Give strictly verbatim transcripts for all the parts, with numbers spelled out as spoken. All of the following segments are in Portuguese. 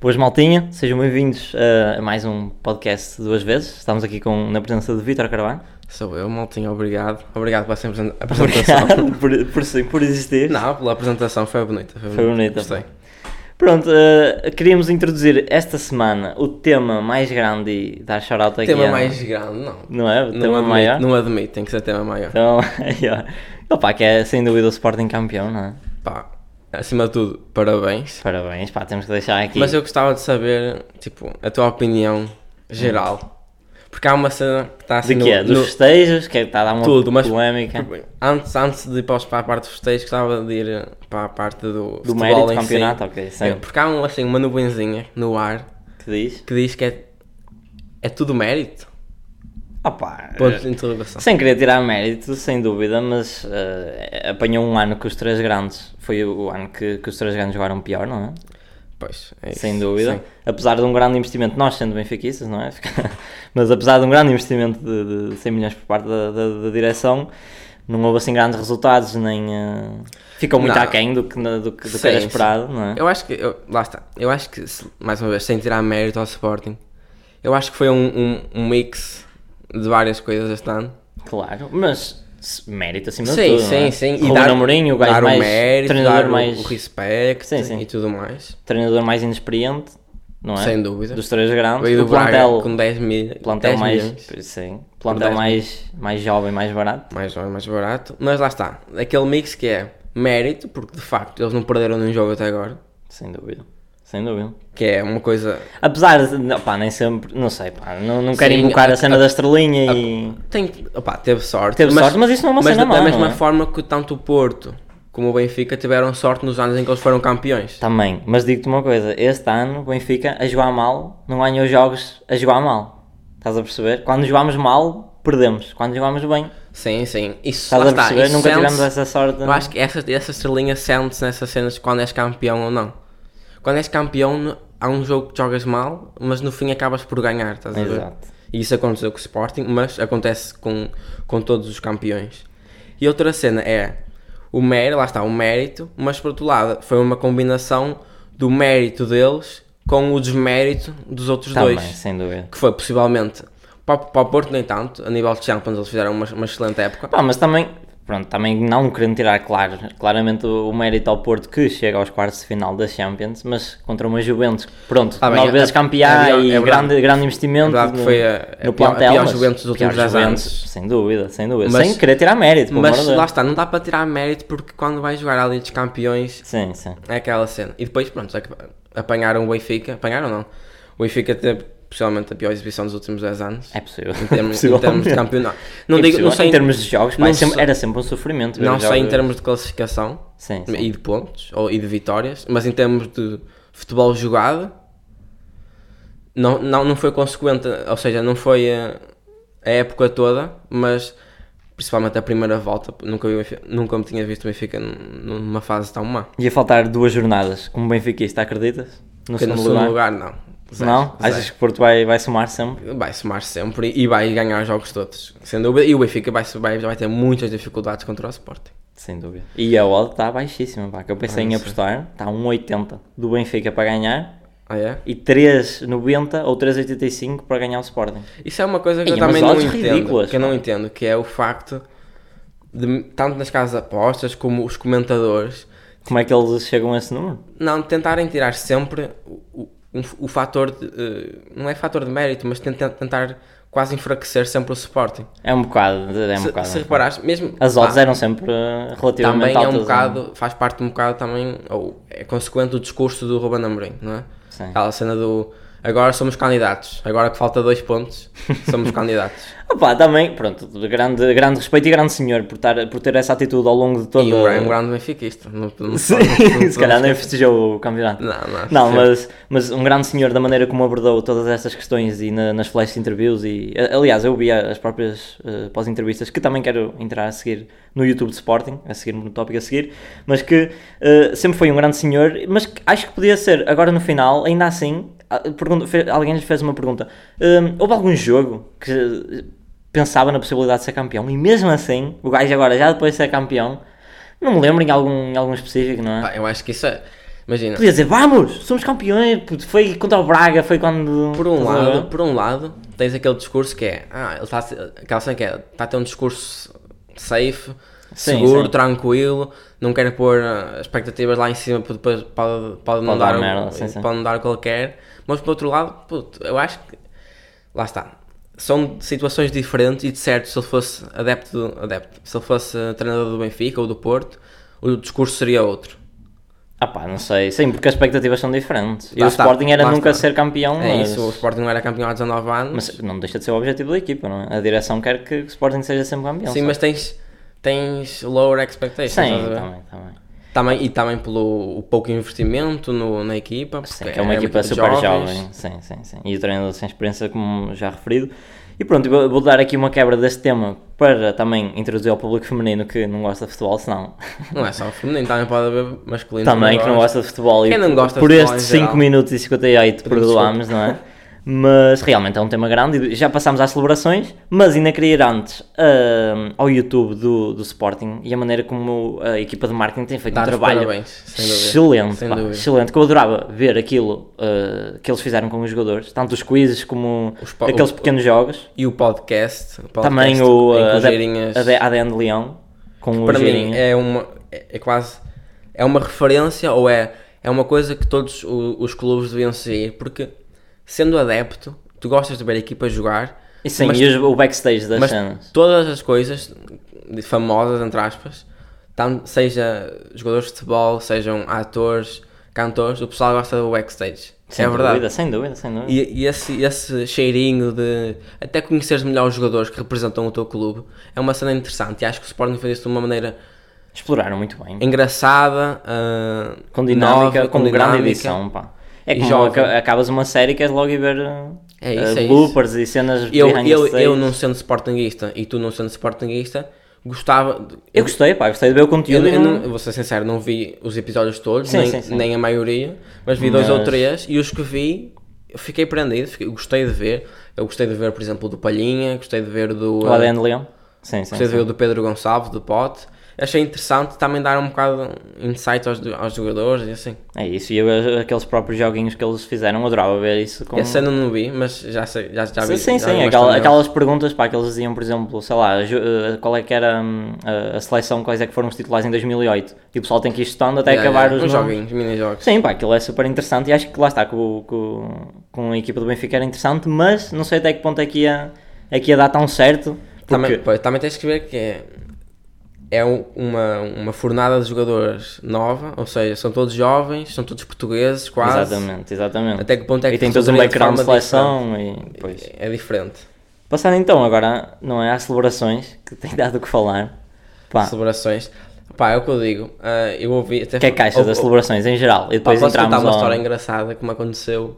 Boas maltinha, sejam bem-vindos a mais um podcast duas vezes. Estamos aqui com, na presença de Vítor Carvalho. Sou eu, maltinha, obrigado. Obrigado pela sempre apresentação. Obrigado por, por, por existir. Não, pela apresentação foi bonita. Foi, Foi bonita. Gostei. Pronto, uh, queríamos introduzir esta semana o tema mais grande e dar shout-out aqui. Tema a... mais grande, não. Não é? O não tema admito, maior? Não admito, tem que ser tema maior. Então, opa, que é sem dúvida o Sporting campeão, não é? Pá, acima de tudo, parabéns. Parabéns, pá, temos que deixar aqui. Mas eu gostava de saber, tipo, a tua opinião geral. Hum. Porque há uma cena que está assim de quê? no... Dos no... festejos? Que está a dar uma tudo, mas polémica? Antes, antes de ir para, os, para a parte dos festejos, gostava de ir para a parte do, do futebol mérito do em campeonato, si. ok. Sim. É, porque há um, assim, uma nuvenzinha no ar Que diz? que diz que é, é tudo mérito. Opa, Ponto de interrogação. sem querer tirar mérito, sem dúvida, mas uh, apanhou um ano que os três grandes, foi o ano que, que os três grandes jogaram pior, não é? Pois, é isso. Sem dúvida, Sim. Apesar de um grande investimento, nós sendo benfiquistas, não é? Mas apesar de um grande investimento de, de cem milhões por parte da, da, da direção, não houve assim grandes resultados, nem uh, ficou muito Não. aquém do que, do que, do Sim, que era sim. esperado, não é? Eu acho que, eu, lá está, eu acho que, mais uma vez, sem tirar mérito ao Sporting, eu acho que foi um, um, um mix de várias coisas este ano. Claro, mas mérito acima Sim, de tudo, sim, não é? sim. Ruben dar, Amorim, o gajo dar mais o mérito, treinador dar mais o, o respect Sim, sim. e tudo mais. treinador mais inexperiente, não é? Sem dúvida. Dos três grandes. Veio do O plantel, Braga com dez mil, plantel dez mais, milhões. sim, plantel dez mais, mais jovem, mais barato. Mais jovem, mais barato. Mas lá está, aquele mix que é mérito, porque de facto eles não perderam nenhum jogo até agora. Sem dúvida, sem dúvida. Que é uma coisa... Apesar de, não, pá, nem sempre, não sei, pá, não, não quero Sim, invocar a, a- cena a- da estrelinha e... Tem, opá, teve sorte. Teve sorte, mas isso não é uma mas cena da, má, da mesma não é? forma que tanto o Porto como o Benfica tiveram sorte nos anos em que eles foram campeões. Também, mas digo-te uma coisa, este ano o Benfica a jogar mal, não ganhou jogos a jogar mal. Estás a perceber? Quando jogamos mal, perdemos. Quando jogamos bem, Sim, sim. Isso, estás lá a está, perceber? isso Nunca sente-se- tivemos essa sorte. Eu acho que essa, essa estrelinha sente-se nessas cenas de quando és campeão ou não. Quando és campeão, há um jogo que jogas mal, mas no fim acabas por ganhar, estás a ver? Exato. E isso aconteceu com o Sporting, mas acontece com, com todos os campeões. E outra cena é o mérito, lá está, o mérito, mas por outro lado, foi uma combinação do mérito deles com o desmérito dos outros Também, dois. sem dúvida. Que foi possivelmente, para, para o Porto nem tanto, a nível de Champions eles fizeram uma, uma excelente época. Pá, mas também, pronto, também não querendo tirar claro, claramente o, o mérito ao Porto que chega aos quartos de final da Champions, mas contra uma Juventus, pronto, Tá bem, nove é- vezes é campeã verdade, e é verdade. grande, grande investimento É verdade que no, foi a- a no pior- a plantel, pior mas Juventus dos últimos pior dez Juventus, anos. sem dúvida, sem dúvida, Mas- sem querer tirar mérito, pelo Mas amor de Deus. lá está, não dá para tirar mérito porque quando vais jogar a Liga dos Campeões Sim, sim. é aquela cena. E depois, pronto, é que apanharam o Benfica, apanharam não, o Benfica teve possivelmente a pior exibição dos últimos dez anos. É possível. Em termos, É em termos de possível. campeonato. Não, É digo, possível. não sei em termos de jogos, pá, não é sempre- sei- era sempre um sofrimento. ver não os só em jogos. termos de classificação Sim, sim. e de pontos ou, e de vitórias, mas em termos de futebol jogado, não, não, não foi consequente, ou seja, não foi a, a época toda, mas principalmente a primeira volta, nunca, vi o Benfica- nunca me tinha visto o Benfica num- numa fase tão má. Ia faltar duas jornadas, como benfiquista, acreditas? No Porque no segundo segundo lugar? lugar, não. Zero, Não? zero. Achas que o Porto vai, vai somar sempre? Vai somar sempre e vai ganhar os jogos todos, sem dúvida. E o Benfica vai, vai, vai ter muitas dificuldades contra o Sporting. Sem dúvida. E a odd está baixíssima, pá, que eu pensei Ah, em sim. apostar. Está um oitenta do Benfica para ganhar Ah, é? e três noventa ou três oitenta e cinco para ganhar o Sporting. Isso é uma coisa que Ei, eu também mas não odds entendo. ridículas, que eu não pá. entendo, que é o facto de, tanto nas casas de apostas como os comentadores, Como é que eles chegam a esse número? não tentarem tirar sempre o, o, um- o fator, de, eh, não é fator de mérito, mas tentar, tentar quase enfraquecer sempre o Sporting. É um bocado, é um se, bocado. se reparares, mesmo As odds pá, eram sempre eh, relativamente também é altas. um não bocado, faz parte um bocado também, ou é consequente do discurso do Ruben Amorim, não é? Sim. Aquela cena do agora somos candidatos, agora que falta dois pontos, somos candidatos. Opa, também, pronto, de grande, grande respeito e grande senhor por, tar, por ter essa atitude ao longo de toda... E um, gra- um grande benfiquista. Não, não, Sim, não- não- se calhar nem festejou o campeonato. Não, não. Não, mas, mas um grande senhor da maneira como abordou todas estas questões e na- nas flash interviews e, a- aliás, eu vi as próprias uh, pós-entrevistas que também quero entrar a seguir no YouTube de Sporting, a seguir no tópico a seguir, mas que uh, sempre foi um grande senhor, mas que acho que podia ser, agora no final, ainda assim, a- pergunta, fe- alguém lhe fez uma pergunta, um, houve algum jogo que pensava na possibilidade de ser campeão e mesmo assim, o gajo agora já depois de ser campeão, não me lembro em algum, em algum específico, não é? Pá, eu acho que isso é. Imagina. Podia dizer, vamos, somos campeões, puto, foi contra o Braga, foi quando... Por um lado, por um lado, tens aquele discurso que é, ah, ele está, aquela cena que é, está a ter um discurso safe, Sim, seguro, sim. tranquilo, não quer pôr uh, expectativas lá em cima, porque depois pode, pode, não, Pode dar dar, merda, o- sim, sim. pode não dar qualquer, mas por outro lado, puto, eu acho que, lá está, são situações diferentes e de certo, se ele fosse adepto, do- adepto se ele fosse treinador do Benfica ou do Porto, o discurso seria outro. Ah pá, não sei, sim, porque as expectativas são diferentes. E Lá o está, Sporting era lá nunca está. ser campeão, É mas... isso, o Sporting não era campeão há dezanove anos. Mas não deixa de ser o objetivo da equipa, não é? A direção quer que o Sporting seja sempre campeão. Sim, só. mas tens, tens lower expectations, Sim, estás a ver? também, também. Também, e também pelo o pouco investimento no, na equipa, porque Sim, que é uma é equipa de super jovens. jovem, sim, sim, sim. E o treinador sem experiência, como já referido. E pronto, vou, vou dar aqui uma quebra deste tema para também introduzir ao público feminino que não gosta de futebol, senão Não é só o feminino, também pode haver masculino. também que não gosta de futebol. Quem E não gosta de por futebol estes em geral? cinco minutos e cinquenta e oito Pedimos perdoámos, não é? Mas realmente é um tema grande e já passámos às celebrações, mas ainda queria ir antes ah, ao YouTube do, do Sporting e a maneira como a equipa de marketing tem feito Dar um os trabalho parabéns, sem dúvida. excelente, Sem pá, dúvida. excelente, que eu adorava ver aquilo ah, que eles fizeram com os jogadores, tanto os quizzes como Os po- aqueles o- pequenos jogos, E o podcast, o podcast também o em que ah, os Ade- Geirinhas- Ade- A D N de Leão, com o para mim Geirinha. é uma é, é quase é uma referência ou é é uma coisa que todos o- os clubes deviam seguir, porque sendo adepto tu gostas de ver a equipa jogar, E sim, mas- e os- o backstage das mas cenas. todas as coisas de famosas, entre aspas, tanto, seja jogadores de futebol, sejam atores, cantores, o pessoal gosta do backstage. Sem é verdade. dúvida, sem dúvida, sem dúvida. E, e esse, esse cheirinho de até conheceres melhor os jogadores que representam o teu clube é uma cena interessante e acho que o Sporting fez isso de uma maneira Exploraram muito bem. engraçada, ah, Com dinâmica, nova, com, grande dinâmica. edição, pá. É E como jovem. aca- acabas uma série e queres logo ir ver uh, É isso, uh, é isso. bloopers e cenas Eu, behind the eu, stage. eu não sendo Sportingista e tu não sendo Sportingista, gostava. de- Eu gostei, pá, gostei de ver o Eu, conteúdo. eu e não- não, eu vou ser sincero, não vi os episódios todos, Sim, nem, sim, sim. nem a maioria, mas vi dois ou Mas- três e os que vi, eu fiquei prendido, fiquei, gostei de ver. Eu gostei de ver, por exemplo, o do Palhinha, gostei de ver do. O uh, A D N de Leão? Sim, sim. gostei de sim. ver o do Pedro Gonçalves, do Pote. Achei interessante também dar um bocado de insight aos, aos jogadores e assim. É isso, e eu, aqueles próprios joguinhos que eles fizeram, eu adorava ver isso com... Essa eu não vi, mas já sei, já, já vi. Sim, sim, já sim, vi aquela- bastante aquelas perguntas pá, que eles diziam, por exemplo, sei lá, ju- eh, qual é que era hum, a, a seleção, quais é que foram os titulares em dois mil e oito, e o pessoal tem que ir estudando até deles. acabar Yeah, os uns nomes. joguinhos, mini-jogos. Sim, pá, aquilo é super interessante e acho que lá está, com, com, com a equipa do Benfica era interessante, mas não sei até que ponto é que ia, é que ia dar tão certo, porque... Também, pois, também tens que ver que é, é um- uma, uma fornada de jogadores nova, ou seja, são todos jovens, são todos portugueses quase. Exatamente, exatamente. Até que ponto é que e tem todos um resolveria de background de forma seleção e... Pois. diferente. É diferente. Passando então agora, não é, às celebrações, que tem dado o que falar. Pá, o Celebrações. Pá, é o que eu digo. ah, eu ouvi. Até que é que achas das celebrações em geral? E Pá, depois posso contar entramos uma ao... história engraçada que me aconteceu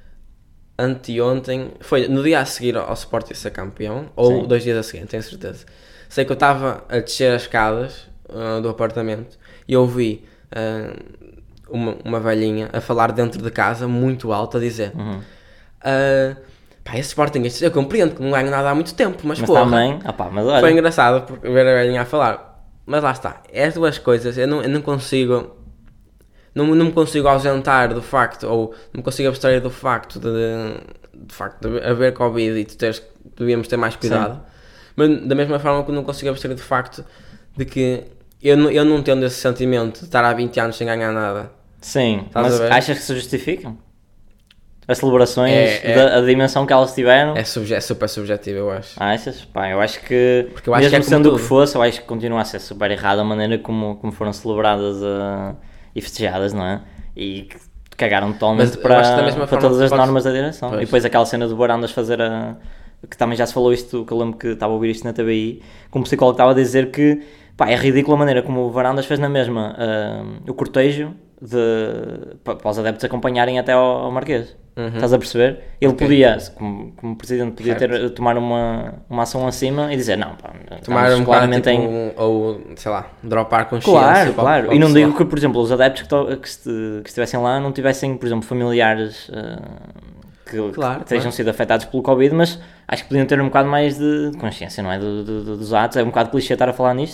anteontem. Foi no dia a seguir ao Sporting ser campeão, ou Sim. dois dias a seguir, não tenho certeza. Sei que eu estava a descer as escadas ah, do apartamento e ouvi ah, uma, uma velhinha a falar dentro de casa, muito alto, a dizer: Uhum. ah, pá, esse Sporting, eu compreendo que não ganho nada há muito tempo, mas, Mas porra. também, ah pá, mas olha, Foi engraçado porque ver a velhinha a falar. Mas lá está, é as duas coisas, eu não, eu não consigo. Não, não me consigo ausentar do facto, ou não me consigo abstrair do facto de, de facto de haver Covid e tu teres, devíamos ter mais cuidado. Mas da mesma forma que eu não consigo abstrair do facto de que eu não, eu não tendo esse sentimento de estar há vinte anos sem ganhar nada. sim, Estás mas a ver? achas que se justificam? As celebrações, É, é. da a dimensão que elas tiveram? É, subje, é super subjetivo, eu acho. Achas? Pá, eu acho que, Porque eu acho mesmo que é como sendo o que tudo. fosse, eu acho que continua a ser super errada a maneira como, como foram celebradas ah, e festejadas, não é? E que cagaram totalmente Mas eu para, acho que da mesma para forma todas que as podes- normas da direção. Pois. E depois aquela cena do Barandas fazer a... que também já se falou isto, que eu lembro que estava a ouvir isto na T V I, como o psicólogo estava a dizer que pá, é ridícula a maneira como o Varandas fez na mesma ah, o cortejo de, pa- para os adeptos acompanharem até ao, ao Marquês. Uhum. Estás a perceber? Ele Ok. podia, como, como presidente, podia Certo. ter, tomar uma, uma ação acima e dizer não, pá, Tomar estamos um bocado, claramente tipo, em... ou sei lá, dropar consciência. Claro, para- claro. para o E não pessoal. digo que, por exemplo, os adeptos que, to- que, esti- que estivessem lá não tivessem, por exemplo, familiares ah, que, Claro, que tenham claro. sido afetados pelo Covid, mas acho que podiam ter um bocado mais de de consciência, não é? Do- do- do- dos atos. É um bocado clichê estar a falar nisto,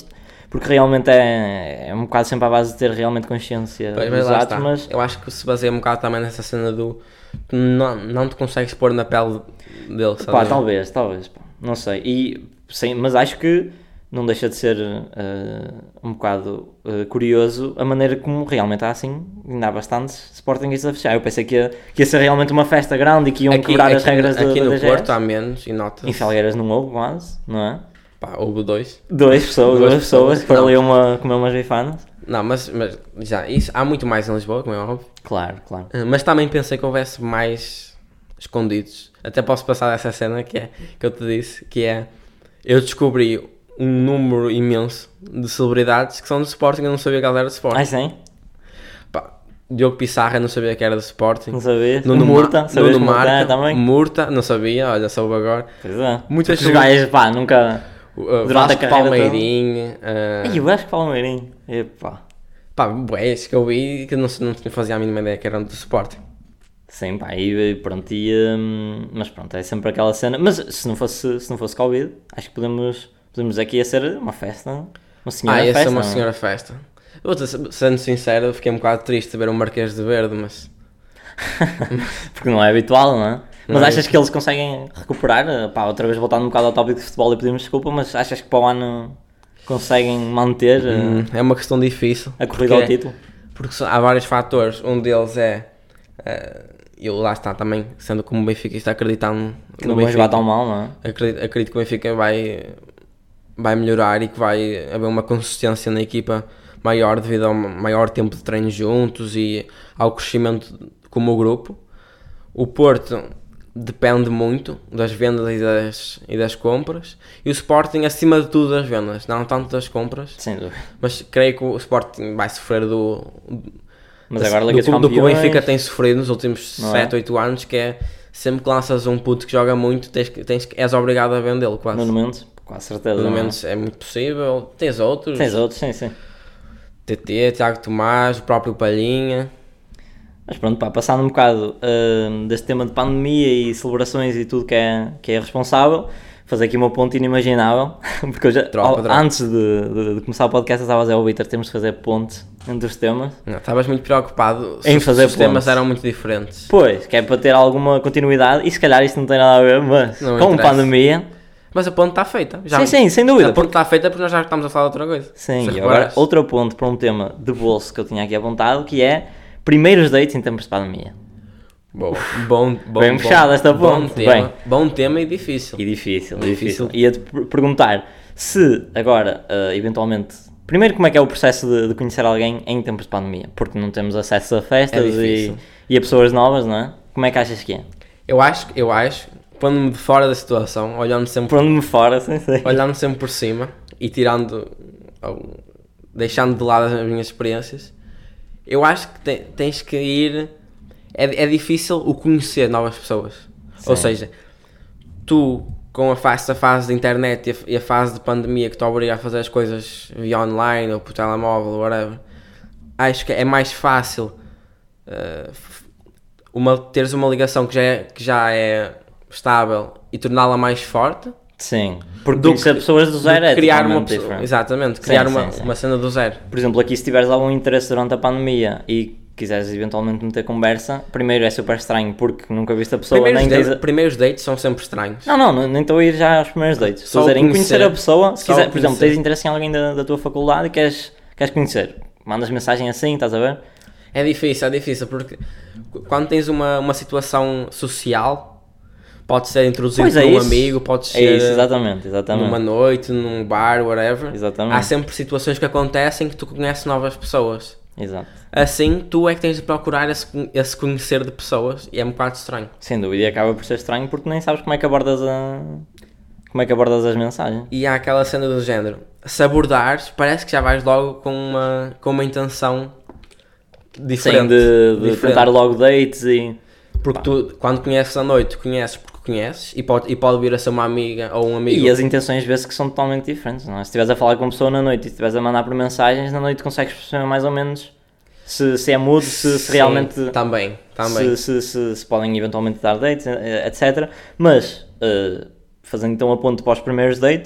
porque realmente é, é um bocado sempre à base de ter realmente consciência Pois, mas dos lá atos, está. mas Eu acho que se baseia um bocado também nessa cena do tu não, não te consegues pôr na pele dele, pá, sabe? talvez, talvez, pá, não sei, e, sim, mas acho que não deixa de ser uh, um bocado uh, curioso a maneira como realmente há assim, ainda há bastantes Sportingistas a fechar. Eu pensei que ia, que ia ser realmente uma festa grande e que iam Aqui, quebrar aqui, as regras aqui da no D G S. Porto há menos e nota. Em Felgueiras não houve quase, não é? Pá, houve dois. Duas pessoas, Duas duas pessoas pessoas, que foram não. ali uma, comer umas bifanas. Não, mas, mas já, isso, há muito mais em Lisboa, como é óbvio. Claro, claro. Uh, Mas também pensei que houvesse mais escondidos. Até posso passar dessa cena que é que eu te disse, que é eu descobri um número imenso de celebridades que são do Sporting, eu não sabia que ela era do Sporting. Ah, sim? Pá, Diogo Pissarra não sabia que era do Sporting. Não sabias? Nuno Murta, Ma- sabias Nuno que Murta Marca, é também? Murta, não sabia, olha, soube agora. Pois é. Muitas Os gajos, pá, nunca... Uh, Durante a Vasco carreira Palmeirinho. Uh, Ai, o Vasco Palmeirinho. Epá. pá, bués que eu vi que não, não fazia a mínima ideia que eram do Sporting. Sim, pá, e pronto, e, hum, mas pronto, é sempre aquela cena. Mas se não fosse, se não fosse Covid, acho que podemos, podemos dizer que ia ser uma festa, uma senhora Ah, ia festa. ser uma não é? senhora festa. Eu, sendo sincero, eu fiquei um bocado triste de ver o Marquês de Verde, mas Porque não é habitual, não é? Mas Não é achas que eles conseguem recuperar? Pá, outra vez voltando um bocado ao tópico de futebol e pedimos desculpa, mas achas que para o ano conseguem manter uh, hum, é uma questão difícil. a corrida porque ao título? Porque só- há vários fatores. Um deles é. eh, eu lá está também, sendo como benfiquista, acreditando Que não vai jogar tão mal, não é? Acredito, acredito que o Benfica vai, vai melhorar e que vai haver uma consistência na equipa maior devido ao maior tempo de treino juntos e ao crescimento como grupo. O Porto depende muito das vendas e das, e das compras, e o Sporting acima de tudo das vendas, não tanto das compras, Sem dúvida. mas creio que o Sporting vai sofrer do, Mas do, agora do, Liga dos do que o Campeões, Benfica tem sofrido nos últimos Não é? sete, oito anos, que é sempre que lanças um puto que joga muito, tens, que- tens, que- és obrigado a vendê-lo quase. Nuno Mendes, com certeza. Pelo não é? menos é muito possível. Tens outros, Tens outros, sim, sim. T T, Tiago Tomás, o próprio Palhinha. Mas pronto, pá, passando um bocado uh, deste tema de pandemia e celebrações e tudo que é, que é responsável, fazer aqui uma ponte inimaginável, porque eu já, Tropa, ao- tropa. antes de, de- de começar o podcast, eu estava a dizer ao Vitor, temos de fazer ponte entre os temas. Não, estavas muito preocupado Em se fazer os temas pontos. eram muito diferentes. Pois, que é para ter alguma continuidade, e se calhar isto não tem nada a ver, mas Não com interessa. pandemia, Mas a ponte está feita. Já, sim, sim, sem dúvida. A ponte está feita porque nós já estamos a falar de outra coisa. Sim, Se e agora reparares. outro ponto para um tema de bolso que eu tinha aqui apontado, que é primeiros dates em tempos de pandemia. Boa. Bom, bom, Bem bom, fechada esta bom ponte. tema, Bem. bom tema e difícil. E difícil, e Difícil. difícil. Ia-te per- perguntar se agora, uh, eventualmente, primeiro como é que é o processo de, de conhecer alguém em tempos de pandemia? Porque não temos acesso a festas É e, difícil. e a pessoas novas, não é? Como é que achas que é? Eu acho, eu acho, pondo-me de fora da situação, olhando sempre, Pondo-me fora, sem sei. olhando sempre por cima e tirando, ou deixando de lado as minhas experiências, eu acho que te- tens que ir. É, é difícil o conhecer novas pessoas. Ou Sim. seja, tu, com a fase, a fase de internet e a, e a fase de pandemia que te obriga a fazer as coisas via online ou por telemóvel ou whatever, acho que é mais fácil uh, f- uma, teres uma ligação que já é, que já é estável e torná-la mais forte. Sim, porque Do conhecer que- pessoas do zero do é que criar uma totalmente pessoa- diferente. Exatamente, Sim, criar sim, uma, sim. uma cena do zero. Por exemplo, aqui se tiveres algum interesse durante a pandemia e quiseres eventualmente meter conversa, primeiro é super estranho porque nunca viste a pessoa, Primeiros, nem de- tens a... primeiros dates são sempre estranhos. Não, não, não, nem estou a ir já aos primeiros dates. Estou Só a dizer, em conhecer. conhecer a pessoa, se Só quiser, por exemplo, conhecer. tens interesse em alguém da, da tua faculdade e queres, queres conhecer, mandas mensagem assim, estás a ver? É difícil, é difícil, porque quando tens uma, uma situação social, pode ser introduzido Pois por é um isso. amigo, pode É ser isso, exatamente, exatamente. numa noite, num bar, whatever. Exatamente. Há sempre situações que acontecem que tu conheces novas pessoas. Exato. Assim, tu é que tens de procurar esse, con- esse conhecer de pessoas e é um bocado estranho. Sem dúvida, e acaba por ser estranho porque nem sabes como é que abordas a... como é que abordas as mensagens. E há aquela cena do género, se abordares, parece que já vais logo com uma, com uma intenção diferente. Sim, de, de diferente. tentar logo dates e... Porque tu, quando conheces à noite, conheces porque conheces e pode, e pode vir a ser uma amiga ou um amigo. E as intenções vezes que são totalmente diferentes, não é? Se estiveres a falar com uma pessoa na noite e estiveres a mandar por mensagens, na noite consegues perceber mais ou menos se, se é mudo, se, se Sim, realmente... Também, também. Se, se, se, se podem eventualmente dar dates, eh, etcétera. Mas, eh, fazendo então a ponto para os primeiros dates,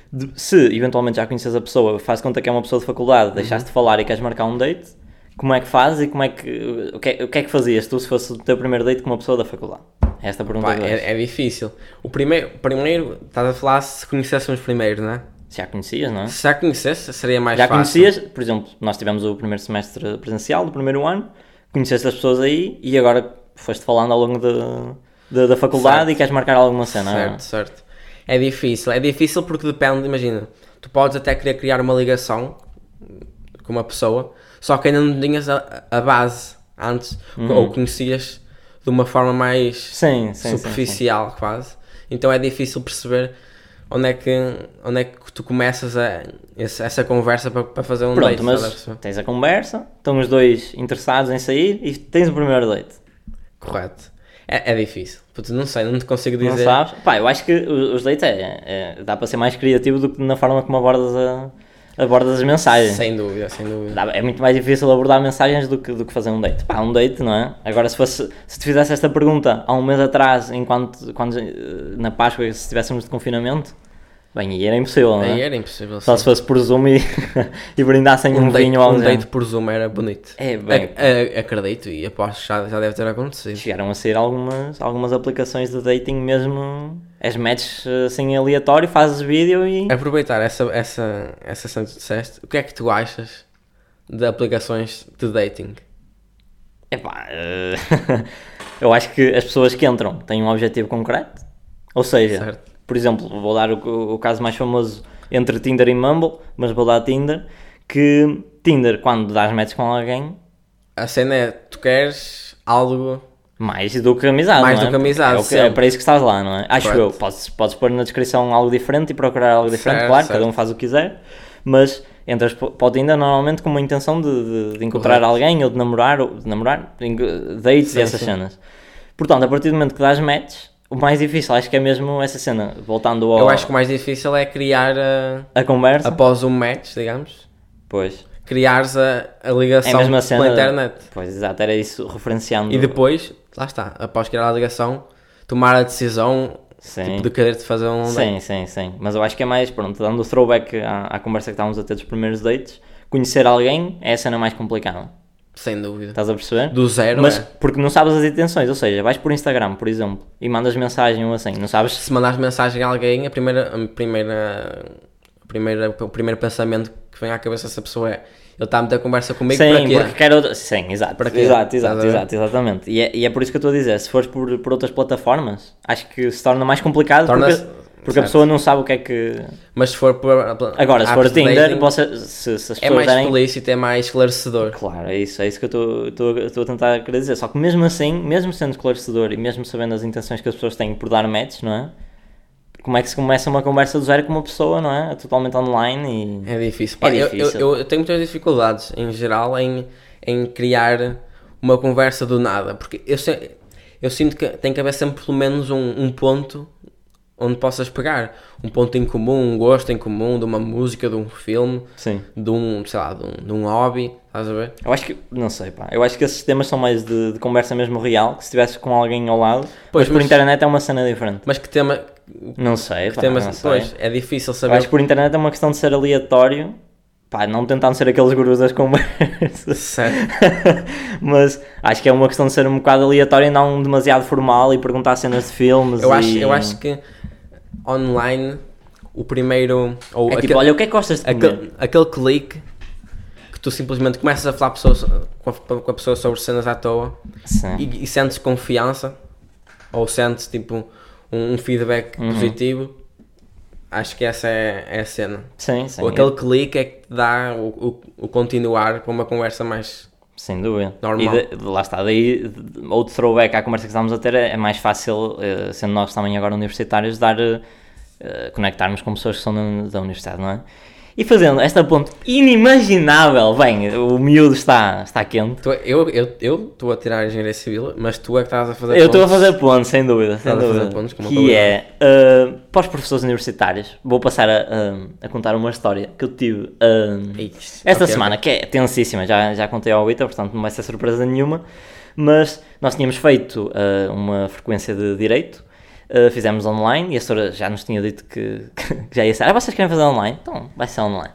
de- se eventualmente já conheces a pessoa, faz conta que é uma pessoa de faculdade, deixaste de falar e queres marcar um date, como é que fazes e como é que, o que é, o que é que fazias tu se fosse o teu primeiro date com uma pessoa da faculdade? É esta a pergunta Pá, de hoje. é, é difícil. O primeiro, primeiro, estás a falar se conhecêssemos primeiro, não é? Já conhecias, não é? Se já conhecesse, seria mais Já fácil. conhecias, por exemplo, nós tivemos o primeiro semestre presencial do primeiro ano, conheceste as pessoas aí e agora foste falando ao longo de, de- da faculdade Certo. e queres marcar alguma cena. não é? Certo, certo. É difícil. É difícil porque depende, imagina, tu podes até querer criar uma ligação com uma pessoa, só que ainda não tinhas a, a base antes, ou conhecias de uma forma mais Sim, sim, sim, superficial, quase. Então é difícil perceber onde é que, onde é que tu começas a, esse- essa conversa para, para fazer um Pronto, date. mas estás a perceber? tens a conversa, estão os dois interessados em sair e tens o primeiro date. Correto. É, é difícil. Puto, não sei, não te consigo Não dizer. sabes? Pá, eu acho que o- os dates é, é- dá para ser mais criativo do que na forma como abordas, a, abordas as mensagens. Sem dúvida, sem dúvida. Dá- É muito mais difícil abordar mensagens do que, do que fazer um date. Pá, um date, não é? Agora, se, fosse, se te fizesse esta pergunta há um mês atrás, enquanto quando, eh, na Páscoa, se estivéssemos de confinamento, bem, aí era impossível, não Aí é? era impossível. Só sim. se fosse por Zoom e, e brindassem um, um date, vinho ao um género. date por Zoom era bonito. É, bem, A- a- acredito e aposto que já, já deve ter acontecido. chegaram a ser algumas, algumas aplicações de dating mesmo. És matches assim aleatório, fazes vídeo e. Aproveitar essa, essa, essa cena que tu disseste, o que é que tu achas de aplicações de dating? Epá, eh, eu acho que as pessoas que entram têm um objetivo concreto. Ou seja, Certo. por exemplo, vou dar o, o caso mais famoso entre Tinder e Mumble, mas vou dar Tinder, que Tinder, quando dás match com alguém, A cena é, tu queres algo... mais do que amizade, Mais não é? do que amizade, é, o que- é sempre. para isso que estás lá, não é? Acho Correto. eu. Podes, podes pôr na descrição algo diferente e procurar algo diferente, Certo, claro, certo. cada um faz o que quiser, mas entras p- para o Tinder normalmente com uma intenção de, de- de encontrar Correto. alguém ou de namorar, ou de namorar, de en- dates Sim, e essas sim. cenas. Portanto, a partir do momento que dás match, o mais difícil acho que é mesmo essa cena, voltando ao, Eu acho que o mais difícil é criar, a, a conversa. após um match, digamos, Pois, criares a, a é ligação mesmo a cena. pela internet. Pois, exato, era isso, referenciando. E depois, lá está, após criar a ligação, tomar a decisão Sim. tipo, de querer-te fazer um date. Sim, sim, sim. Mas eu acho que é mais, pronto, dando o throwback à, à conversa que estávamos a ter dos primeiros dates, conhecer alguém é a cena mais complicada. Sem dúvida. Estás a perceber? Do zero, Mas é. porque não sabes as intenções, ou seja, vais por Instagram, por exemplo, e mandas mensagem ou assim, não sabes. Se mandares mensagem a alguém, a primeira, a primeira, a primeira, o primeiro pensamento que vem à cabeça dessa pessoa é: ele está a meter conversa comigo para Sim, quê? porque quer outra. Sim, exato. Para quê? Exato, Estás a exato, ver? exato, exatamente. E é, e é por isso que eu estou a dizer, se fores por, por outras plataformas, acho que se torna mais complicado Torna-se- porque, porque a certo. pessoa não sabe o que é que. Mas se for por. Agora, se for apps de Tinder, dating, você, se, se as é pessoas mais derem. explícito, é mais esclarecedor. Claro, é isso, é isso que eu estou- estou estou a tentar querer dizer. Só que mesmo assim, mesmo sendo esclarecedor e mesmo sabendo as intenções que as pessoas têm por dar match, não é? Como é que se começa uma conversa do zero com uma pessoa, não é? Totalmente online e... É difícil. Pá, É eu- difícil. Eu, eu, eu tenho muitas dificuldades, em geral, em, em criar uma conversa do nada. Porque eu, se- eu sinto que tem que haver sempre pelo menos um, um ponto onde possas pegar. Um ponto em comum, um gosto em comum de uma música, de um filme, Sim. de um, sei lá, de um, de um hobby. Estás a ver? Eu acho que, não sei, pá. Eu acho que esses temas são mais de, de conversa mesmo real, que se estivesse com alguém ao lado, Pois, mas por mas- internet é uma cena diferente. Mas que tema. Não sei, Que pá, temas não sei. depois é difícil Eu saber. acho que por internet é uma questão de ser aleatório, pá, não tentando ser aqueles gurus das conversas. Certo. Mas acho que é uma questão de ser um bocado aleatório e não demasiado formal e perguntar cenas de filmes. Eu e... acho, eu acho que online o primeiro. Ou É tipo, aquele, olha, o que é que gostas de comer? aquele, aquele clique que tu simplesmente começas a falar pessoas, com, a, com a pessoa sobre cenas à toa Sim. e, e sentes confiança ou sentes tipo um, um feedback Uhum. positivo. Acho que essa é, é a cena. Sim, sim. Ou aquele clique é que te dá o, o, o continuar para uma conversa mais. Sem dúvida. Normal. E de, de- lá está, daí de- outro throwback à conversa que estávamos a ter, é, é mais fácil, eh, sendo nós também agora universitários, dar, eh, eh, conectarmos com pessoas que são da, da universidade, não é? E fazendo esta ponte inimaginável, bem, o miúdo está, está quente. Tu, eu eu eu estou a tirar a engenharia civil, mas tu é que estás a fazer. Eu estou a pontos. fazer ponte, sem dúvida, sem Estás a fazer dúvida. pontos com uma Que qualidade. é, eh, para os professores universitários, vou passar a, a- a contar uma história que eu tive eh, Ixi, esta ok, semana, ok. que é tensíssima, já, já contei ao Vitor, portanto não vai ser surpresa nenhuma, mas nós tínhamos feito eh, uma frequência de Direito Uh, fizemos online e a senhora já nos tinha dito que, que já ia ser. Ah, vocês querem fazer online? Então, vai ser online.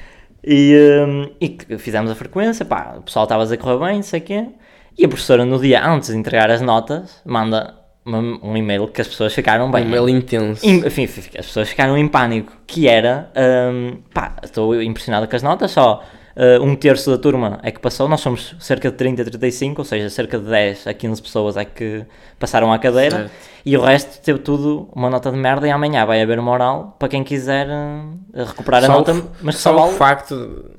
e, um, e que fizemos a frequência, pá, o pessoal estava a dizer que correu bem, não sei o quê. E a professora, no dia antes de entregar as notas, manda uma, um e-mail que as pessoas ficaram bem. Um e-mail intenso. Em, enfim, as pessoas ficaram em pânico, que era, um, pá, estou impressionado com as notas, só uh, um terço da turma é que passou, nós somos cerca de trinta, trinta e cinco, ou seja, cerca de dez a quinze pessoas é que passaram à cadeira, certo. E o resto teve tudo uma nota de merda e amanhã vai haver uma oral para quem quiser uh, recuperar só a nota, o, mas só, só vale... o facto,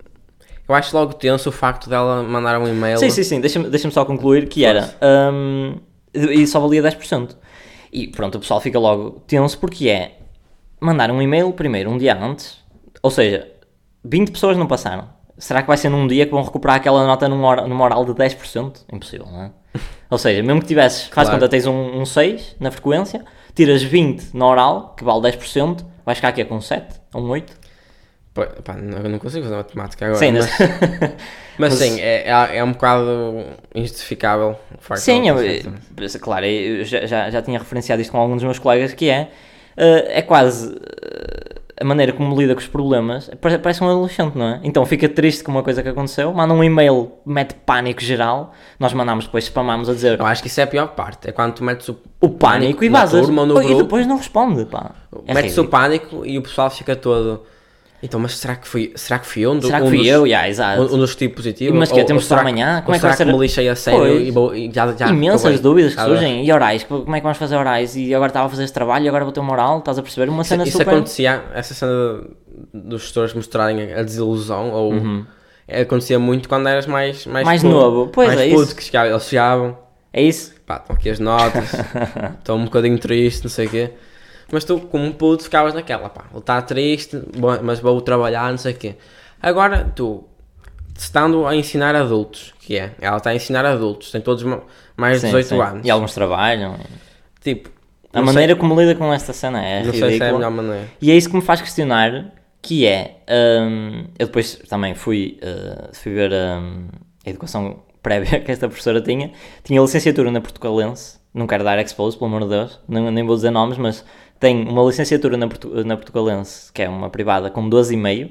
eu acho logo tenso o facto dela mandar um e-mail. Sim, sim, sim, deixa-me, deixa-me só concluir que era, um, e só valia dez por cento. E pronto, o pessoal fica logo tenso porque é mandar um e-mail primeiro, um dia antes, ou seja, vinte pessoas não passaram. Será que vai ser num dia que vão recuperar aquela nota numa, hora, numa oral de dez por cento? Impossível, não é? Ou seja, mesmo que tivesses, faz Claro. conta, tens um, um seis na frequência, tiras vinte na oral, que vale dez por cento, vais ficar aqui com um sete, um oito? Pá, pá, não- eu não consigo fazer matemática agora. Sim, mas, mas- mas sim, é, é, é um bocado injustificável o facto Sim, dela ter eu, feito isso. eu- claro, eu já, já, já tinha referenciado isto com alguns dos meus colegas, que é, eh, é quase eh, a maneira como lida com os problemas, pare- parece um adolescente, não é? Então fica triste com uma coisa que aconteceu, manda um e-mail, mete pânico geral, nós mandamos depois, spamamos a dizer Eu acho que isso é a pior parte, é quando tu metes o, o pânico e na vazas, turma ou no e grupo, depois não responde, pá. É metes o ridículo. pânico e o pessoal fica todo. Então, mas será que fui, será que fui eu? Um, do- Será que um fui dos, eu? Yeah, exato. Um, um dos tipos positivos? Mas que é, Ou- temos ou que estar será amanhã? Como ou é que vai será ser? que me lixei a sério Pois. e, vou, e já, já Imensas acabei? dúvidas que Estás a ver? surgem. E orais? Como é que vamos fazer orais? E agora estava a fazer este trabalho e agora vou ter uma oral? Estás a perceber? Uma cena Isso super... acontecia, essa cena dos gestores mostrarem a desilusão, ou acontecia muito quando eras mais mais, Mais puto, novo. Pois mais é puto, isso. que chegavam, eles chegavam, É isso? pá, estão aqui as notas, estou um bocadinho triste, não sei o quê. Mas tu, como puto, ficavas naquela, pá, vou estar triste, bom, mas vou trabalhar, não sei o quê. Agora, tu, estando a ensinar adultos, que é, ela está a ensinar adultos, tem todos ma- mais de Sim, dezoito sim. anos. E alguns trabalham. Tipo, A não maneira sei, como lida com esta cena é não sei se é a ridícula. melhor maneira. E é isso que me faz questionar, que é... hum, eu depois também fui, uh, fui ver hum, a educação prévia que esta professora tinha. Tinha licenciatura na Portugalense. Não quero dar expose, pelo amor de Deus. Não, nem vou dizer nomes, mas tem uma licenciatura na, Portu- na Portugalense, que é uma privada, com doze e meio.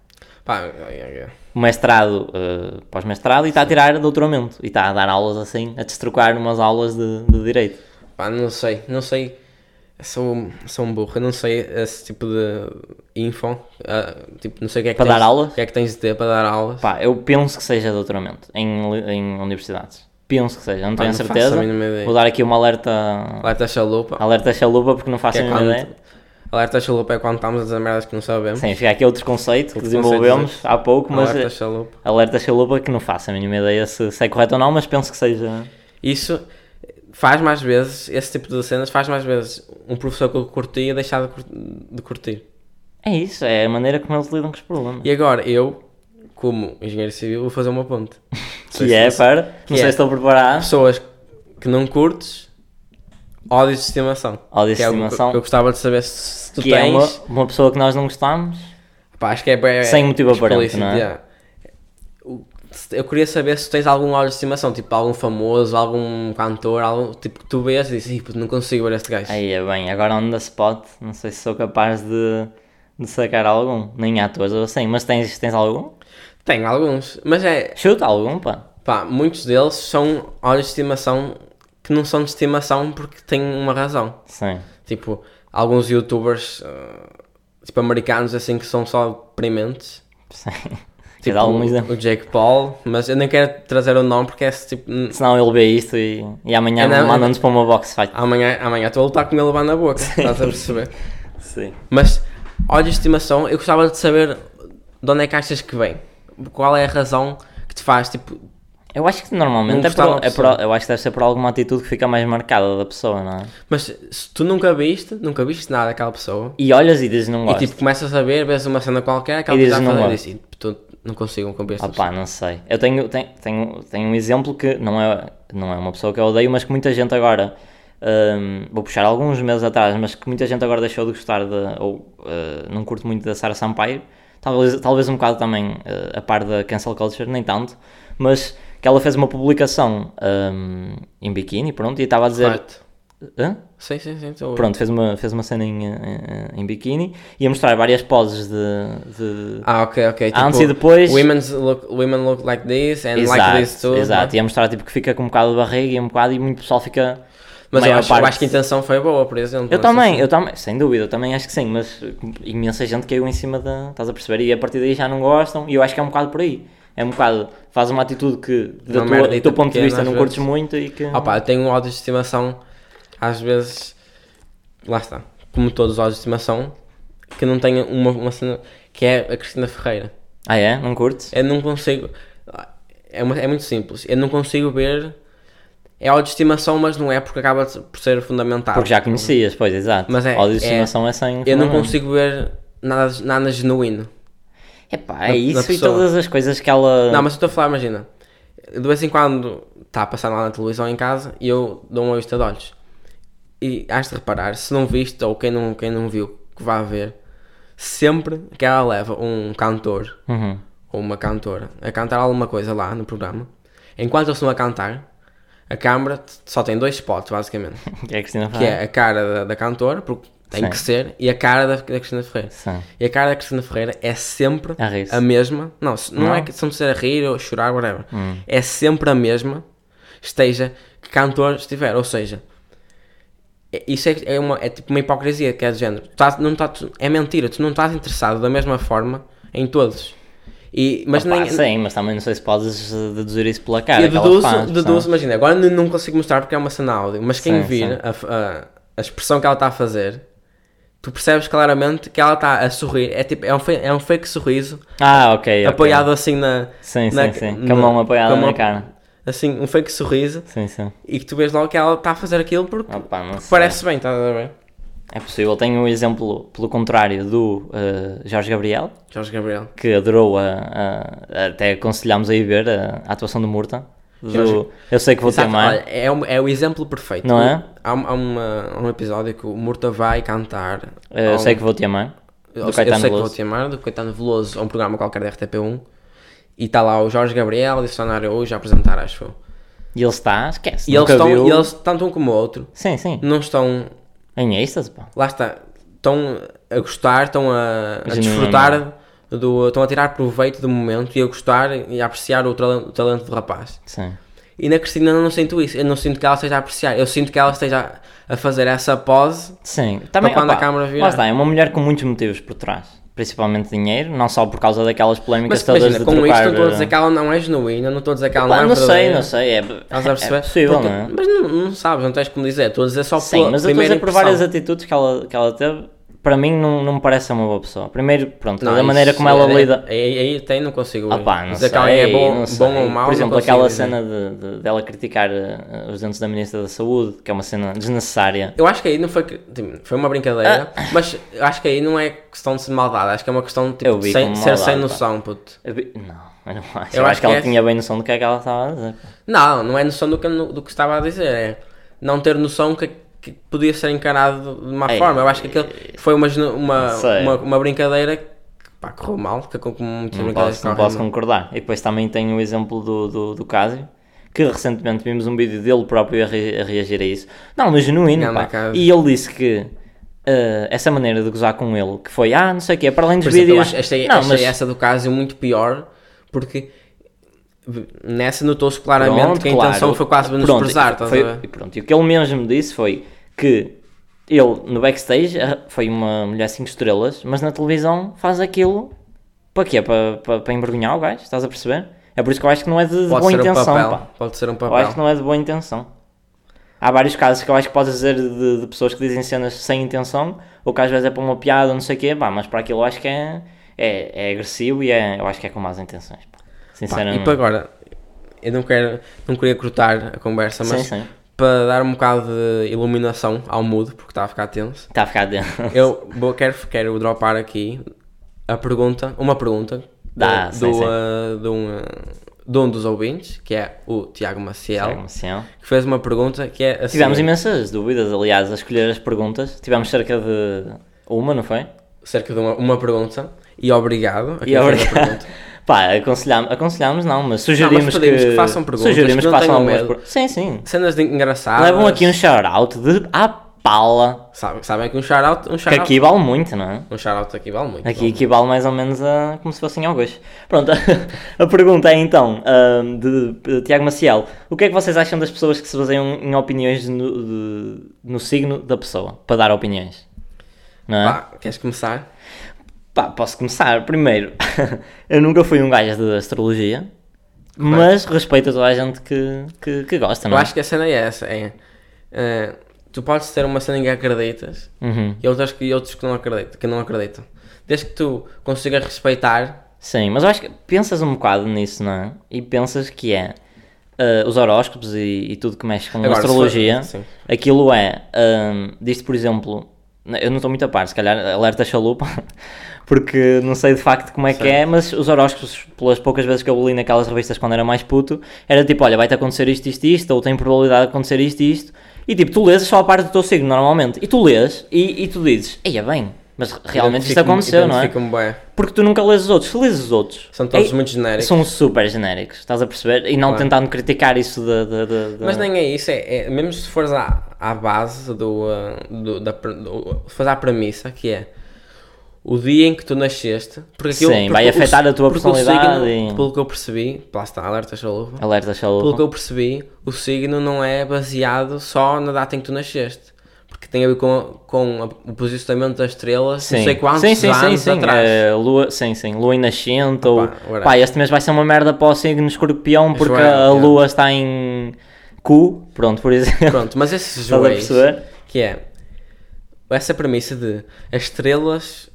Pá, é, é, é. Um mestrado, uh, pós-mestrado, e está a tirar doutoramento. E está a dar aulas assim, a destrocar umas aulas de, de Direito. Pá, não sei, não sei, eu sou, sou um burro, eu não sei esse tipo de info, ah, tipo, não sei o que é que Para tens, dar aulas? o que é que tens de ter para dar aulas. Pá, eu penso que seja doutoramento em, li- em universidades. Penso que seja, não Pá, tenho não faço certeza. a mínima ideia. Vou dar aqui uma alerta, Alerta chalupa, alerta chalupa, porque não faço que a é mínima quando, ideia. alerta chalupa é quando estamos a dizer merdas que não sabemos. Sim, fica aqui outro conceito que Outro desenvolvemos conceito, há pouco, mas Alerta eh, chalupa. alerta chalupa que não faço a mínima ideia se, se é correto ou não, mas penso que seja. Isso faz mais vezes, esse tipo de cenas faz mais vezes um professor que eu curtia deixar de, cur- de curtir. É isso, é a maneira como eles lidam com os problemas. E agora eu, como engenheiro civil, vou fazer uma ponte. Que é para, não que sei é se estou preparado. Pessoas que não curtes, ódio de estimação. Ódio de Que é algo estimação. que eu gostava de saber se, se tu Que é uma, tens. uma pessoa que nós não gostamos. Pá, acho que é bem. Sem motivo aparente, explícito, não é? yeah. O- Eu queria saber se tens algum ódio de estimação, tipo algum famoso, algum cantor, algum, tipo que tu vês e dizes, "Ih, puto, não consigo ver este gajo." Aí é bem, agora on the spot, não sei se sou capaz de, de sacar algum, nem atores ou assim, mas tens, tens algum? Tenho alguns, mas é. Chuta algum, pá. Pá, muitos deles são ódios de estimação que não são de estimação porque têm uma razão. Sim. Tipo, alguns youtubers, ah, tipo americanos assim, que são só deprimentes. Sim. Quer Tipo dar algum exemplo? o Jake Paul, mas eu nem quero trazer o nome porque é esse tipo. n- Senão ele vê isto e, e amanhã É, não, manda-nos para uma box fight. Amanhã, amanhã estou a lutar com ele levar na boca, estás a perceber? Sim. Mas, ódio de estimação, eu gostava de saber de onde é que achas que vem. Qual é a razão que te faz, tipo. Eu acho que normalmente Não é gostar por, da é por, pessoa. eu acho que deve ser por alguma atitude que fica mais marcada da pessoa, não é? Mas se tu nunca viste, nunca viste nada daquela pessoa, E olhas e dizes não e gosto. tipo começas a ver, vês uma cena qualquer, aquela E pessoa dizes já não fala e gosto. diz, tu não consigo cumprir esta Opá, pessoa. não sei. Eu tenho, tenho, tenho, tenho um exemplo que não é, não é uma pessoa que eu odeio, mas que muita gente agora, hum, vou puxar alguns meses atrás, mas que muita gente agora deixou de gostar de, ou uh, não curto muito da Sarah Sampaio, talvez, talvez um bocado também uh, a par da cancel culture, nem tanto, mas que ela fez uma publicação hum, em biquíni, pronto, e estava a dizer Correto. Hã? Sim, sim, sim. Tô... Pronto, fez uma, fez uma cena em, em, em biquíni e a mostrar várias poses de... de... Ah, ok, ok. Tipo, antes e depois... Women's look, women look like this and exato, like this too. exato, e a mostrar tipo, que fica com um bocado de barriga e um bocado e muito pessoal fica... Mas eu acho, parte... eu acho que a intenção foi boa, por exemplo. Eu também, eu também, sem dúvida, eu também acho que sim, mas imensa gente caiu em cima da... Estás a perceber? E a partir daí já não gostam e eu acho que é um bocado por aí. É um bocado, faz uma atitude que do teu ponto de vista não curtes muito e que... Opa, eu tenho um ódio de estimação, às vezes, lá está, como todos os ódios de estimação, que não tenho uma, uma cena, que é a Cristina Ferreira. Ah é? Não curtes? Eu não consigo, é, uma, é muito simples, eu não consigo ver, é ódio de estimação, mas não é porque acaba por ser fundamental. Porque já conhecias, pois, exato. Mas é, ódio de estimação é, é sem eu não consigo ver nada, nada genuíno. Epá, é isso e todas as coisas que ela... Não, mas eu estou a falar, imagina, de vez em quando está a passar lá na televisão em casa e eu dou uma vista de olhos. E has de reparar, se não viste, ou quem não, quem não viu, que vá ver, sempre que ela leva um cantor, uhum. ou uma cantora, a cantar alguma coisa lá no programa, enquanto eles estão a cantar, a câmara só tem dois spots, basicamente. Que é a Cristina Ferreira. Que é a cara da, da cantora, porque tem Sim. que ser, e a cara da, da Cristina Ferreira. Sim. E a cara da Cristina Ferreira é sempre a, a mesma. Não, não, não é questão de ser a rir ou a chorar, whatever. Hum. É sempre a mesma, esteja que cantor estiver. Ou seja, isso é, é, uma, é tipo uma hipocrisia, que é de género. Tu estás, não estás, é mentira, tu não estás interessado da mesma forma em todos. E, mas Opa, nem, sim, mas também não sei se podes deduzir isso pela cara. Eu deduzo, faz, deduzo imagina, agora não consigo mostrar porque é uma cena áudio, mas quem sim, vir sim. A, a, a expressão que ela está a fazer, tu percebes claramente que ela está a sorrir, é tipo, é um, é um fake sorriso. Ah, ok, apoiado okay. assim na... Sim, na, sim, sim, com a mão apoiada na cara. Assim, um fake sorriso. Sim, sim. E que tu vês logo que ela está a fazer aquilo porque, Opa, porque parece bem, estás a ver? É possível. Tenho um exemplo, pelo contrário, do uh, Jorge Gabriel. Jorge Gabriel. Que adorou, a, a, a, até aconselhámos a ir ver a, a atuação do Murta. Do, eu sei que vou Exato, ter mais. Olha, é, um, é o exemplo perfeito. Não é? Há, há, uma, há um episódio que o Murta vai cantar. Eu um, sei que vou te amar. Eu, eu sei Veloso. que vou te amar, do Caetano Veloso, a um programa qualquer da R T P um. E está lá o Jorge Gabriel e o Sonário hoje a apresentar, acho eu. E ele está, esquece. E eles estão, viu... e eles, tanto um como o outro, sim, sim. não estão. Em êxtase, pá. Lá está. Estão a gostar, estão a, a desfrutar, do, estão a tirar proveito do momento e a gostar e a apreciar o talento, o talento do rapaz. Sim. E na Cristina eu não sinto isso. Eu não sinto que ela esteja a apreciar. Eu sinto que ela esteja a fazer essa pose. Sim. Também, para quando opa, a câmara virar. Lá está, é uma mulher com muitos motivos por trás. Principalmente dinheiro, não só por causa daquelas polémicas mas, todas imagina, de com trocar... isto não estou a dizer que ela não é genuína, não estou a dizer que ela Opa, não é não verdadeira. Não sei, não sei, é, Estás a perceber? é possível, Porque, não é? Mas não, não sabes, não tens como dizer, estou a dizer só Sim, pela mas eu estou a dizer por impressão. várias atitudes que ela, que ela teve, para mim não, não me parece ser uma boa pessoa. Primeiro, pronto, Não, da maneira como ela é, lida... Aí, aí até não consigo Opa, não dizer sei, que ela é bom, não bom ou mau. Por exemplo, não aquela dizer. cena de, de, dela criticar uh, os dentes da Ministra da Saúde, que é uma cena desnecessária. Eu acho que aí não foi, tipo, foi uma brincadeira, ah. mas eu acho que aí não é questão de ser maldade, acho que é uma questão de tipo, sem, maldade, ser sem noção, puto. Eu vi, não, eu não acho. Eu, eu acho acho que, que ela é... tinha bem noção do que é que ela estava a dizer. Não, não é noção do que, do que estava a dizer, é não ter noção que, que podia ser encarado de uma Ei, forma. Eu acho que aquilo foi uma, uma, uma, uma brincadeira que pá, correu mal, que com muitas não brincadeiras posso, não posso concordar. E depois também tem o exemplo do, do, do Cásio, que recentemente vimos um vídeo dele próprio a, re, a reagir a isso. Não, mas genuíno, pá. E ele disse que uh, essa maneira de gozar com ele, que foi, ah, não sei o quê, para além dos Por vídeos... Exemplo, achei, não, achei mas... essa do Cásio muito pior, porque... Nessa notou-se claramente pronto, que a claro. intenção foi quase menosprezar, estás a ver? E pronto, e o que ele mesmo disse foi que ele no backstage foi uma mulher cinco estrelas, mas na televisão faz aquilo para quê? Para, para, para envergonhar o gajo, estás a perceber? É por isso que eu acho que não é de, de boa intenção. Um papel. Pá. Pode ser um papel. Eu acho que não é de boa intenção. Há vários casos que eu acho que podes dizer de, de pessoas que dizem cenas sem intenção, ou que às vezes é para uma piada, não sei o quê, pá, mas para aquilo eu acho que é, é, é agressivo e é, eu acho que é com más intenções. Pá. Sinceramente. Pá, e para agora, eu não, quero, não queria cortar a conversa, mas sim, sim. para dar um bocado de iluminação ao mood, porque está a ficar tenso. Está a ficar tenso. Eu vou, quero, quero dropar aqui a pergunta, uma pergunta Dá, do, sim, do, sim. Uh, de, um, uh, de um dos ouvintes, que é o Tiago Maciel, Tiago Maciel, que fez uma pergunta que é assim... Tivemos imensas dúvidas, aliás, a escolher as perguntas. Tivemos cerca de uma, não foi? Cerca de uma, uma pergunta. E obrigado a quem e fez obrigado. a pergunta. Pá, aconselhamos, aconselhamos não, mas sugerimos, não, mas pedimos que, que façam perguntas, sugerimos que que não façam tenham algumas medo. per... Sim, sim. Cenas de engraçadas. Levam aqui um shout-out de à pala. Sabe, sabem que um shout-out... Um Que shout aqui vale muito, não é? Um shout-out aqui vale muito. Aqui vale equivale mais ou menos a como se fossem algoz. Pronto, a pergunta é então, ahm, de, de Tiago Maciel, o que é que vocês acham das pessoas que se baseiam em opiniões no, de- no signo da pessoa, para dar opiniões? Não é? Pá, queres começar? Pá, posso começar. Primeiro, eu nunca fui um gajo de astrologia, mas respeito a toda a gente que, que, que gosta, não Eu é? acho que a cena é essa, é... eh, tu podes ter uma cena em que acreditas Uhum. e outras que, e outros que não acreditam, que não acreditam. Desde que tu consigas respeitar... Sim, mas eu acho que pensas um bocado nisso, não é? E pensas que é uh, os horóscopos e, e tudo que mexe com Agora, se for- astrologia, sim. aquilo é, um, diz por exemplo, eu não estou muito a par, se calhar alerta chalupa, porque não sei de facto como é que Certo. é, mas os horóscopos, pelas poucas vezes que eu li naquelas revistas quando era mais puto, era tipo, olha, vai-te acontecer isto, isto, isto, ou tem probabilidade de acontecer isto, isto, e tipo, tu lês só a parte do teu signo normalmente, e tu lês, e, e tu dizes, eia bem, mas realmente isto Identifico-me- aconteceu, não é? identifico-me bué. Porque tu nunca lês os outros. Se lês os outros... São todos ei, muito genéricos. São super genéricos, estás a perceber? E não Claro. tentando criticar isso de... de, de, de- Mas nem é isso, é, é mesmo se fores à, à base do, uh, do, da, pre- do, se fores à premissa, que é o dia em que tu nasceste, porque aquilo, Sim, porque vai o- afetar a tua porque o personalidade signo, e- pelo que eu percebi, lá está, alerta chalupa, Alerta chalupa. pelo que eu percebi, o signo não é baseado só na data em que tu nasceste, porque tem a ver com, com a- o posicionamento das estrelas, Sim. não sei quantos sim, sim, sim, anos sim. atrás. É, lua, sim, sim. Lua em nascente ou... whatever. Pá, este mês vai ser uma merda para o signo escorpião porque Joel, a yeah. lua está em Q, pronto, por exemplo. Pronto, mas esses Estás a joelhos, perceber? que é essa premissa de as estrelas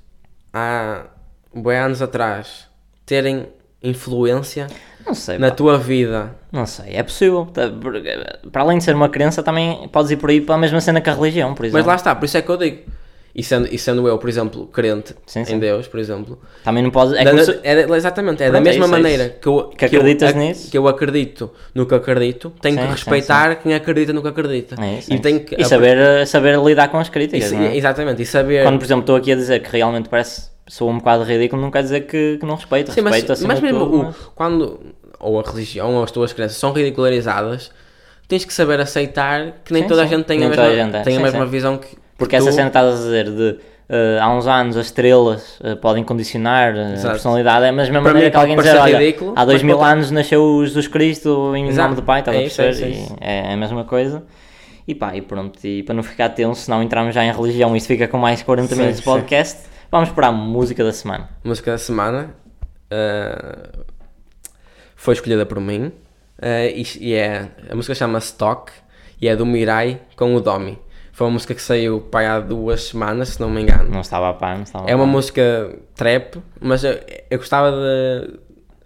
há bué anos atrás terem influência Não sei, na pá. tua vida. Não sei, é possível. Tá, porque, para além de ser uma crença, também podes ir por aí para a mesma cena que a religião, por exemplo. Mas lá está, por isso é que eu digo. E sendo, e sendo eu, por exemplo, crente Sim, sim. em Deus, por exemplo, Também não podes... É da- como da- se- é da- exatamente, é da Pronto, é mesma isso, é maneira isso. que eu, Que eu acreditas ac- nisso. que eu acredito no que acredito, tenho Sim, que sim, respeitar quem acredita no que acredita. É isso, e é tenho isso. que E saber, saber lidar com as críticas, e- não é? exatamente, e saber. Quando, por exemplo, estou aqui a dizer que realmente parece, sou um bocado ridículo, não quer dizer que, que não respeito. Sim, mas, respeito acima mas de mesmo tudo, o- mas- quando ou a religião ou as tuas crenças são ridicularizadas, tens que saber aceitar que nem Sim, toda a sim. gente tem Nem a toda mesma, a gente é. tem a Sim, mesma sim. visão que Porque que essa tu. cena que estás a dizer de eh, há uns anos as estrelas eh, podem condicionar eh, a Exato. personalidade, é a mesma Para maneira mim que alguém pode dizer, parecer olha, ridículo, há dois mas mil pode- anos nasceu Jesus Cristo em Exato. nome do Pai, estás É a isso, é perceber? isso, é isso. E é a mesma coisa. E pá, e pronto, e para não ficar tenso, se não entrarmos já em religião, isto fica com mais quarenta Sim, minutos de sim. podcast, vamos para a música da semana. Música da semana uh, foi escolhida por mim uh, e, e é a música chama-se Stock e é do Mirai com o Domi. Foi uma música que saiu pai, há duas semanas, se não me engano. Não estava a par, não estava É a uma par. música trap, mas eu, eu gostava de,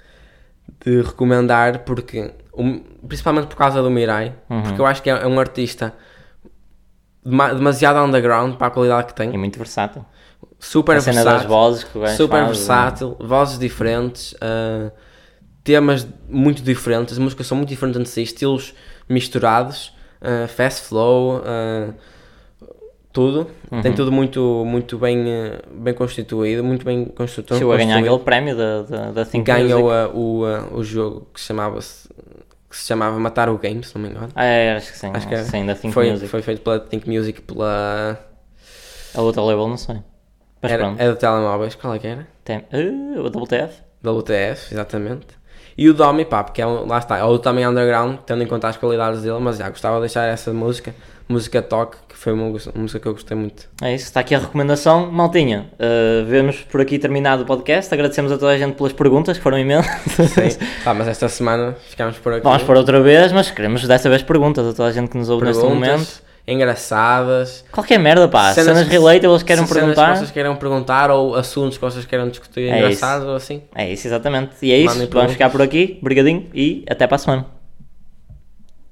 de recomendar porque, um, principalmente por causa do Mirai, Uhum. porque eu acho que é, é um artista dema- demasiado underground para a qualidade que tem, É muito versátil. super A cena das versátil, vozes que o gajo super faz, versátil, vozes diferentes, ah, temas muito diferentes, as músicas são muito diferentes entre si, estilos misturados, ah, fast flow, ah, tudo, tem tudo muito, muito bem, ah, bem constituído, muito bem construído. Chegou a ganhar aquele prémio da, da, da Think Ganhou Music. ah, o, ah, o jogo que se chamava que se chamava Matar o Game, se não me engano. Ah, é, acho que sim, Acho que é. sim, da Think foi, Music. foi feito pela Think Music, pela A outra label não sei. Mas era, pronto. é do telemóveis, qual é que era? Tem... Uh, o W T F? Da U T F, exatamente. E o Domi, pá, porque é um, lá está, é outro também underground, tendo em conta as qualidades dele, mas já gostava de deixar essa música, música Toque, que foi uma, uma música que eu gostei muito. É isso, está aqui a recomendação. Maltinha, uh, vemos por aqui terminado o podcast. Agradecemos a toda a gente pelas perguntas, que foram imensas. Sim. Pá, mas esta semana ficámos por aqui. Vamos por outra vez, mas queremos dessa vez perguntas a toda a gente que nos ouve neste momento. Perguntas engraçadas. Qualquer merda, pá. Cenas, cenas relatables queiram cenas perguntar. que vocês queiram perguntar ou assuntos que vocês queiram discutir É engraçados ou assim. É isso, exatamente. E é isso, Mandem vamos perguntas. ficar por aqui. Obrigadinho e até para a semana.